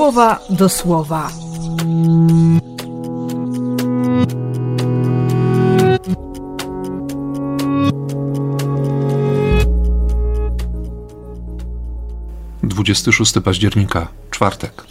słowa do słowa. Dwudziesty 26 października, czwartek.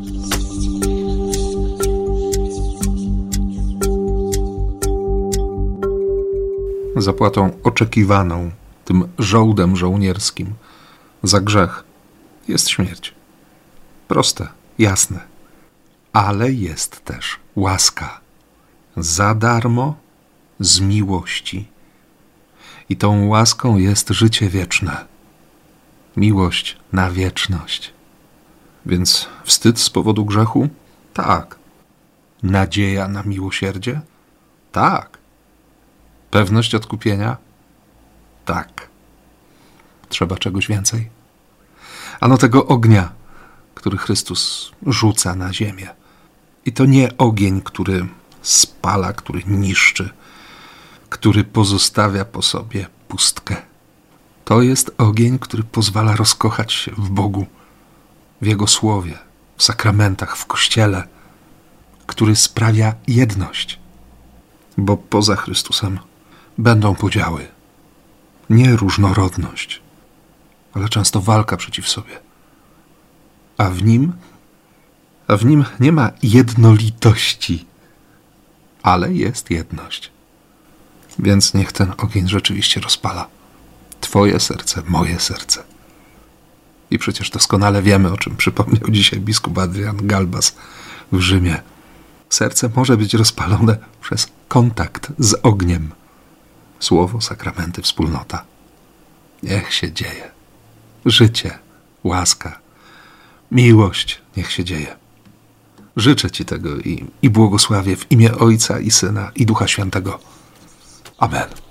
Zapłatą oczekiwaną, tym żołdem żołnierskim za grzech jest śmierć. Proste, jasne. Ale jest też łaska. Za darmo, z miłości. I tą łaską jest życie wieczne. Miłość na wieczność. Więc wstyd z powodu grzechu? Tak. Nadzieja na miłosierdzie? Tak. Pewność odkupienia? Tak. Trzeba czegoś więcej? Ano tego ognia, który Chrystus rzuca na ziemię. I to nie ogień, który spala, który niszczy, który pozostawia po sobie pustkę. To jest ogień, który pozwala rozkochać się w Bogu, w Jego Słowie, w sakramentach, w Kościele, który sprawia jedność. Bo poza Chrystusem będą podziały, nie różnorodność, ale często walka przeciw sobie. A w nim nie ma jednolitości, ale jest jedność. Więc niech ten ogień rzeczywiście rozpala Twoje serce, moje serce. I przecież doskonale wiemy, o czym przypomniał dzisiaj biskup Adrian Galbas w Rzymie. Serce może być rozpalone przez kontakt z ogniem. Słowo, sakramenty, wspólnota. Niech się dzieje. Życie, łaska, miłość niech się dzieje. Życzę Ci tego i błogosławię w imię Ojca i Syna i Ducha Świętego. Amen.